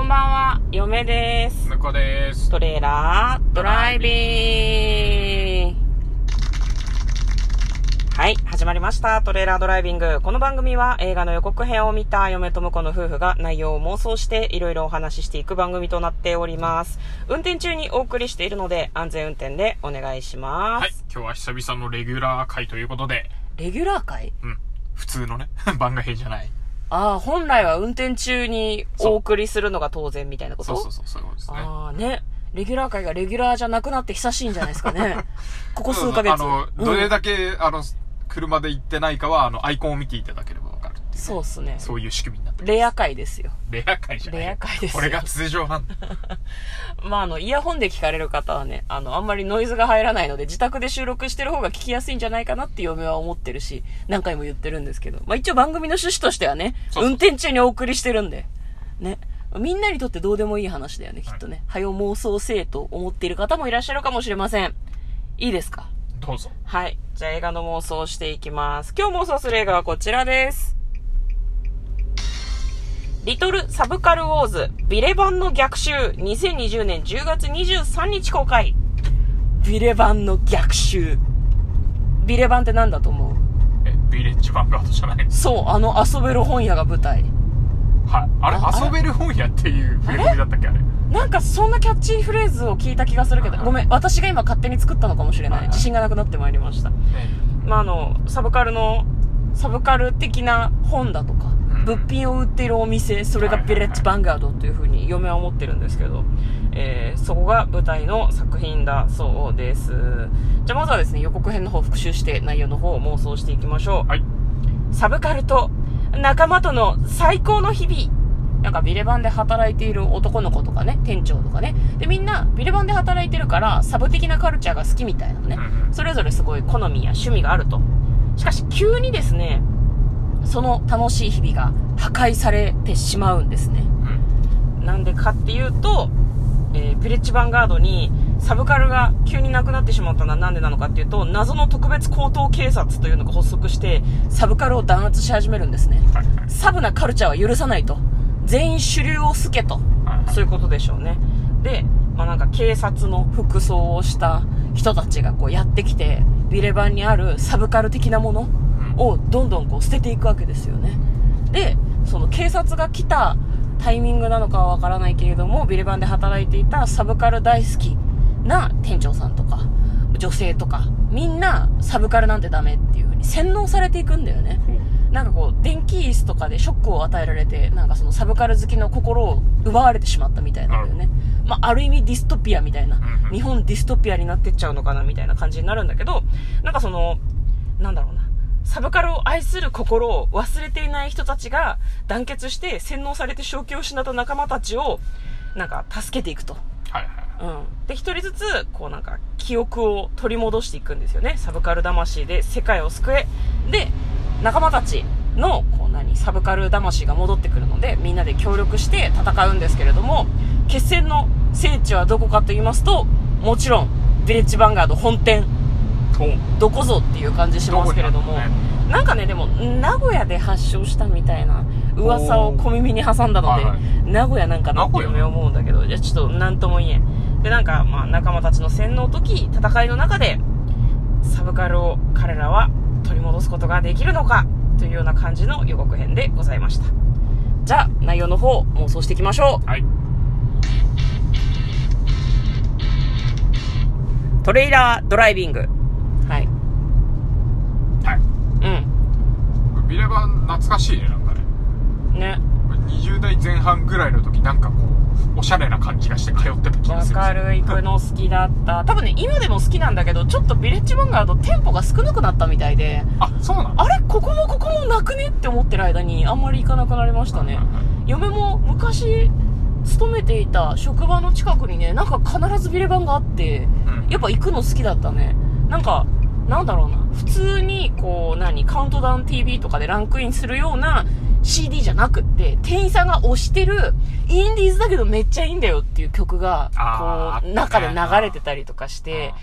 ばんは、嫁です。 向こうです。 トレーラードライビング。はい、始まりました。トレーラードライビング。この番組は映画の予告編を見た嫁と婿の夫婦が内容を妄想していろいろお話ししていく番組となっております。運転中にお送りしているので安全運転でお願いします。 はい、今日は久々のレギュラー回ということで。 レギュラー回？ うん。普通のね、番外編じゃない。 ああ、本来は運転中にお送りするのが当然みたいなこと？ そういうことですね。 ああね。レギュラー回がレギュラーじゃなくなって久しいんじゃないですかね。ここ数ヶ月。 どれだけ、車で行ってないかは、アイコンを見ていただければわかるっていう、ね。 そうっすね。 そういう仕組みになってます。 レア回ですよ。 レア回じゃない。 レア回ですよ。 これが通常なんだ。 まあ、イヤホンで聞かれる方はね、あんまりノイズが入らないので、自宅で収録してる方が聞きやすいんじゃないかなって嫁は思ってるし、何回も言ってるんですけど。まあ一応番組の趣旨としてはね、運転中にお送りしてるんで。ね。みんなにとってどうでもいい話だよね、きっとね。はよ妄想せえと思っている方もいらっしゃるかもしれません。いいですか？ どうぞ。 はい。じゃあ映画の妄想をしていきます。今日妄想する映画はこちらです。リトルサブカルウォーズビレ版の逆襲2020年10月23日公開。ビレ版の逆襲。ビレ版って何だと思う？ ビレッジヴァンガードじゃない？ そう、遊べる本屋が舞台。 はい。あれ遊べる本屋っていうフレーズだったっけあれ？ なんかそんなキャッチーフレーズを聞いた気がするけど、ごめん、私が今勝手に作ったのかもしれない。自信がなくなってまいりました。まあサブカル的な本だとか、物品を売っているお店、それがビレッジヴァンガードという風に嫁は思ってるんですけど、そこが舞台の作品だそうです。じゃあまずはですね、予告編の方を復習して内容の方を妄想していきましょう。 はい。 サブカルと仲間との最高の日々。なんかビレ版で働いている男の子とかね、店長とかね。で、みんなビレ版で働いてるからサブ的なカルチャーが好きみたいなのね。それぞれすごい好みや趣味があると。しかし急にですね、その楽しい日々が破壊されてしまうんですね。なんでかっていうと、ビレッジヴァンガードにサブカルが急になくなってしまったのはなんでなのかっていうと、謎の特別高等警察というのが発足してサブカルを弾圧し始めるんですね。サブなカルチャーは許さないと。全員主流をすけと。そういうことでしょうね。で、なんか警察の服装をした人たちがこうやってきて、ビレ版にあるサブカル的なものをどんどんこう捨てていくわけですよね。で、その警察が来たタイミングなのかはわからないけれども、ビレ版で働いていたサブカル大好きな店長さんとか女性とかみんなサブカルなんてダメっていう風に洗脳されていくんだよね。なんかこう電気椅子とかでショックを与えられて、なんかそのサブカル好きの心を奪われてしまったみたいなんだよね。ある意味ディストピアみたいな、日本ディストピアになってっちゃうのかなみたいな感じになるんだけど、なんかなんだろうな、サブカルを愛する心を忘れていない人たちが団結して洗脳されて正気を失った仲間たちをなんか助けていくと。で、一人ずつこうなんか記憶を取り戻していくんですよね。サブカル魂で世界を救え。で、仲間たちのサブカル魂が戻ってくるので、みんなで協力して戦うんですけれども、決戦の聖地はどこかと言いますと、もちろんビレッジヴァンガード本店。どこぞっていう感じしますけれども、なんかね、でも名古屋で発祥したみたいな噂を小耳に挟んだので、名古屋なんかなっていうのを思うんだけど、じゃあちょっと何とも言えん。で、なんか仲間たちの洗脳時戦いの中でサブカルを彼らは取り戻すことができるのかというような感じの予告編でございました。じゃあ内容の方妄想していきましょう。トレーラードライビング。 ビレ版懐かしいね、なんかね。20代前半ぐらいの時、なんかこうおしゃれな感じがして通ってた気がする。 わかる、行くの好きだった。多分ね、今でも好きなんだけど、ちょっとビレッジヴァンガード店舗が少なくなったみたいで、 そうなの？ あれ、ここもなくねって思ってる間にあんまり行かなくなりましたね。嫁も昔勤めていた職場の近くにね、なんか必ずビレ版があって、やっぱ行くの好きだったね。なんかなんだろうな、普通にこうカウントダウン TV とかでランクインするような CD じゃなくって、店員さんが推してるインディーズだけどめっちゃいいんだよっていう曲がこう中で流れてたりとかして、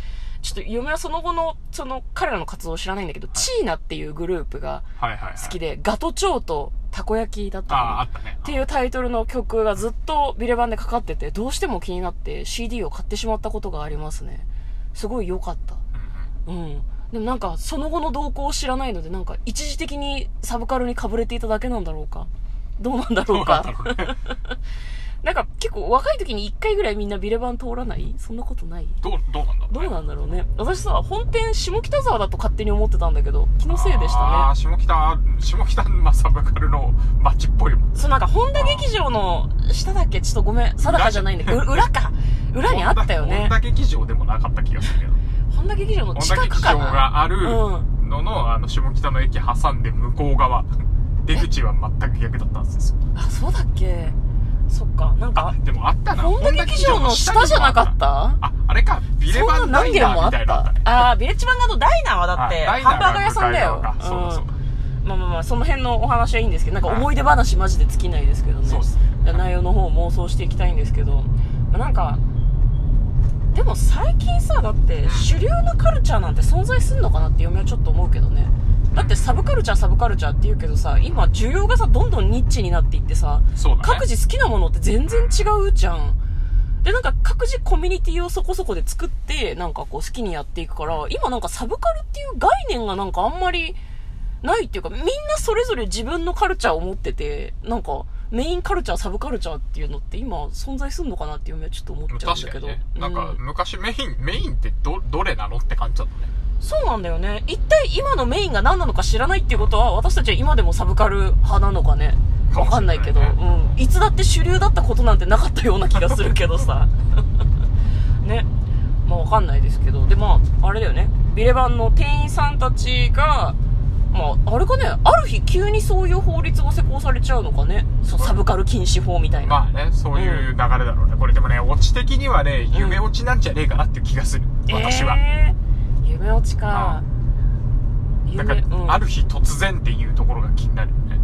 ちょっと嫁はその後の、彼らの活動を知らないんだけど、チーナっていうグループが好きで、ガトチョウとたこ焼きだったかな。 あったね。 っていうタイトルの曲がずっとビレバンでかかってて、どうしても気になって CD を買ってしまったことがありますね。すごい良かった。うん。でもなんか、その後の動向を知らないので、なんか、一時的にサブカルに被れていただけなんだろうか。どうなんだろうか。なんか結構若い時に1回ぐらいみんなビレバン通らない？そんなことない？ どうなんだろうね。 どうなんだろうね。私さ、本店下北沢だと勝手に思ってたんだけど、気のせいでしたね。 ああ、下北、まあ、サブカルの街っぽいもん。 そう、なんか本田劇場の下だっけ？ちょっとごめん、定かじゃないんだけど、裏か。裏にあったよね。 本田劇場でもなかった気がするけど。 本田劇場の近くかな。 本田劇場があるのの、下北の駅挟んで向こう側。出口は全く逆だったんですよ。 あ、そうだっけ？そっか、なんか。 でもあったな。 本田劇場の下じゃなかった？ あれか、ビレバンダイナーみたいなのあったね。 ああ、ビレッジバンガのダイナーはだって、ハンバーガー屋さんだよ。まあまあまあ、その辺のお話はいいんですけど、なんか思い出話マジで尽きないですけどね。そうっす。内容の方を妄想していきたいんですけど、なんか、でも最近さ、だって主流なカルチャーなんて存在すんのかなって嫁はちょっと思うけどね。だってサブカルチャーって言うけどさ、今需要がさ、どんどんニッチになっていってさ、 そうだね、 各自好きなものって全然違うじゃん。で、なんか各自コミュニティをそこそこで作って、なんかこう好きにやっていくから、今なんかサブカルっていう概念がなんかあんまりないっていうか、みんなそれぞれ自分のカルチャーを持ってて、なんかメインカルチャー、サブカルチャーっていうのって今存在するのかなっていうのはちょっと思っちゃうんだけど。 確かにね。なんか昔メインってどれなのって感じだったね。 そうなんだよね。一体今のメインが何なのか知らないっていうことは、私たちは今でもサブカル派なのかね。わかんないけど、いつだって主流だったことなんてなかったような気がするけどさ。ね。まあわかんないですけど。で、まあ、あれだよね。ビレバンの店員さんたちが、まあ、あれかね、ある日急にそういう法律が施行されちゃうのかね。そう、サブカル禁止法みたいな。 まあね、そういう流れだろうね。これでもね、オチ的にはね、夢オチなんじゃねえかなっていう気がする。私は。夢オチか。 なんか、ある日突然っていうところが気になるよね。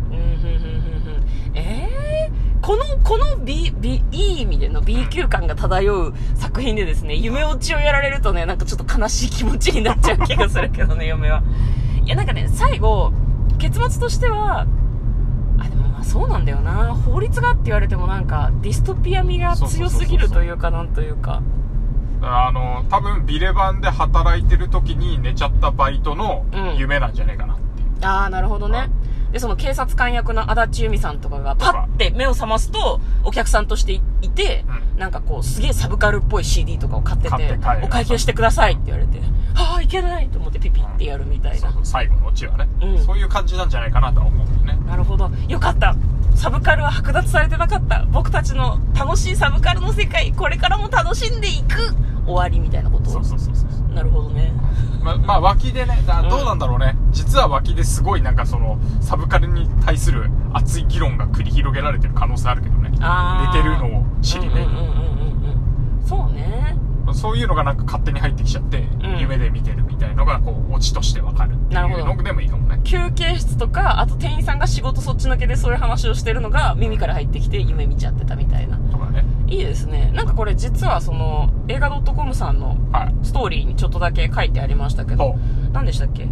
このいい意味での B 級感が漂う作品でですね、夢オチをやられるとね、なんかちょっと悲しい気持ちになっちゃう気がするけどね、嫁は。いや、なんかね、最後、結末としては、でもまあそうなんだよな。法律がって言われてもなんか、ディストピア味が強すぎるというか、なんというか。 多分ビレバンで働いてる時に寝ちゃったバイトの夢なんじゃねえかなっていう。 ああ、なるほどね。で、その警察官役の足立由美さんとかがパッて目を覚ますと、お客さんとしていて、なんかこう、すげえサブカルっぽい CD とかを買ってて、お会計してくださいって言われて、はぁ、いけないと思ってピピってやるみたいな。 最後のオチはね、そういう感じなんじゃないかなとは思うよね。 なるほど。よかった。サブカルは剥奪されてなかった。僕たちの楽しいサブカルの世界、これからも楽しんでいく終わりみたいなこと。 そう。 なるほどね。 まあ脇でね、どうなんだろうね。実は脇ですごいなんかそのサブカルに対する熱い議論が繰り広げられてる可能性あるけどね。寝てるのを知りね。 そうね。 そういうのがなんか勝手に入ってきちゃって、夢で見てるみたいのがこうオチとしてわかるっていうのでもいいかもね。 休憩室とか、あと店員さんが仕事そっちのけでそういう話をしてるのが耳から入ってきて夢見ちゃってたみたいな。 とかね。いいですね。なんかこれ実はその映画 .com さんのストーリーにちょっとだけ書いてありましたけど、何でしたっけ？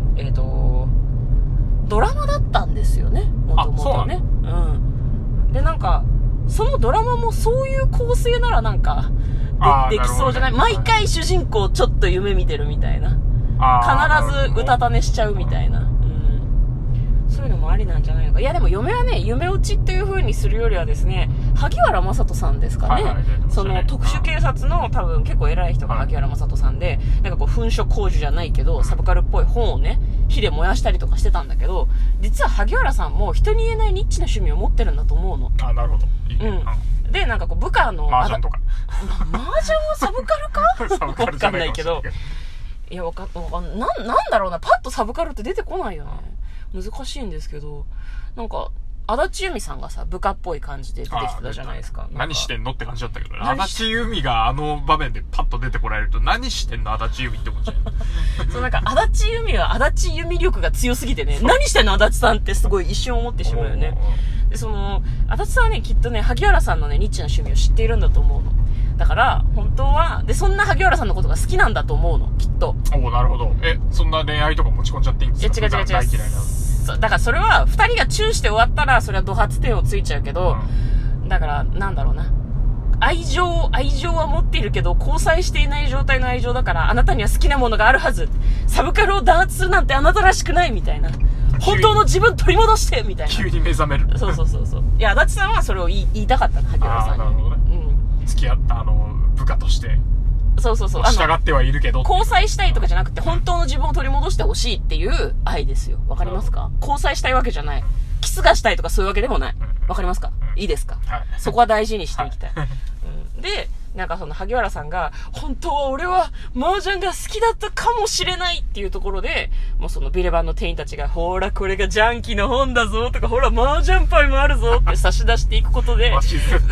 ドラマだったんですよね。もともとね。で、なんか、そのドラマもそういう構成ならなんか、できそうじゃない？毎回主人公ちょっと夢見てるみたいな。必ずうたた寝しちゃうみたいな。そういうのもありなんじゃないのか。いやでも嫁はね、夢落ちっていう風にするよりはですね、萩原正人さんですかね。その特殊警察の多分結構偉い人が萩原正人さんで、なんかこう噴書工事じゃないけど、サブカルっぽい本をね、火で燃やしたりとかしてたんだけど、実は萩原さんも人に言えないニッチな趣味を持ってるんだと思うの。 なるほど。いいね。 で、なんかこう部下の麻雀とか。 麻雀はサブカルか？わかんないけど。いや、なんだろうな、パッとサブカルって出てこないよね。難しいんですけど、なんか、足立由美さんがさ、部下っぽい感じで出てきてたじゃないですか。 何してんのって感じだったけどね。足立由美があの場面でパッと出てこられると、何してんの足立由美って思っちゃう。 そう、なんか、足立由美は足立由美力が強すぎてね、何してんの足立さんってすごい一瞬思ってしまうよね。で、その、足立さんはね、きっとね、萩原さんのね、ニッチな趣味を知っているんだと思うの。 だから、本当は、で、そんな萩原さんのことが好きなんだと思うの、きっと。 お、なるほど。そんな恋愛とか持ち込んじゃっていいんですか？ いや、違う。 大嫌いな。 だからそれは、二人がチューして終わったら、それはド発点をついちゃうけど、だから、なんだろうな。愛情は持っているけど、交際していない状態の愛情だから、あなたには好きなものがあるはず。サブカルを弾圧するなんてあなたらしくないみたいな。本当の自分取り戻してみたいな。 急に目覚める。 そう。いや、足立さんはそれを言いたかったの、萩原さんに。 なるほどね。付き合った部下として。 そう。 従ってはいるけど。 交際したいとかじゃなくて、本当の自分を取り戻してほしいっていう愛ですよ。わかりますか？交際したいわけじゃない。キスがしたいとかそういうわけでもない。わかりますか？いいですか？ はい。 そこは大事にしていきたい。で、なんかその萩原さんが、本当は俺は麻雀が好きだったかもしれないっていうところで、もうそのビレバンの店員たちが、ほらこれがジャンキの本だぞとか、ほら麻雀パイもあるぞって差し出していくことで、 わしず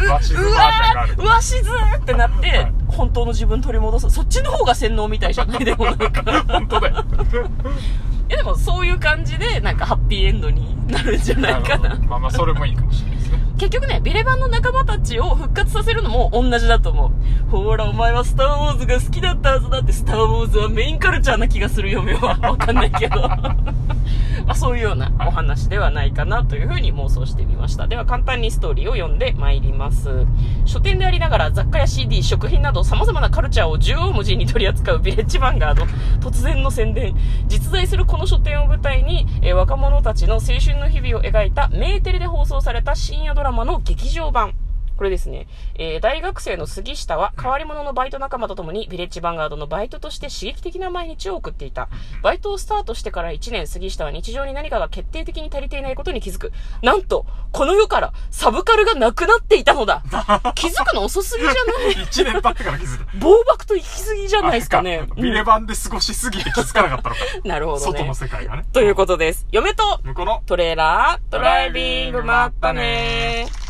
ってなって、本当の自分取り戻す。そっちの方が洗脳みたいじゃないでもなんか。 本当だよ。 いやでもそういう感じで、なんかハッピーエンドになるんじゃないかな。 まあそれもいいかもしれないですね。 結局ね、ビレバンの仲間たちを復活させるのも同じだと思う。ほら、お前はスターウォーズが好きだったはずだって、スターウォーズはメインカルチャーな気がする嫁は。わかんないけど。まあそういうようなお話ではないかなというふうに妄想してみました。では簡単にストーリーを読んで参ります。書店でありながら雑貨や CD、食品など様々なカルチャーを縦横無尽に取り扱うビレッジヴァンガード。突然の宣伝。実在するこの書店を舞台に、若者たちの青春の日々を描いたメーテレで放送された深夜ドラマの劇場版。これですね、大学生の杉下は変わり者のバイト仲間と共にビレッジヴァンガードのバイトとして刺激的な毎日を送っていた。バイトをスタートしてから1年、杉下は日常に何かが決定的に足りていないことに気づく。なんと、この世からサブカルがなくなっていたのだ。気づくの遅すぎじゃない？ 1 年経ってから気づいた。 暴漠と行き過ぎじゃないですかね。 ビレバンで過ごしすぎて気づかなかったのか。 なるほどね。 外の世界がね。 ということです。嫁と向こうのトレーラードライビング、まったねー。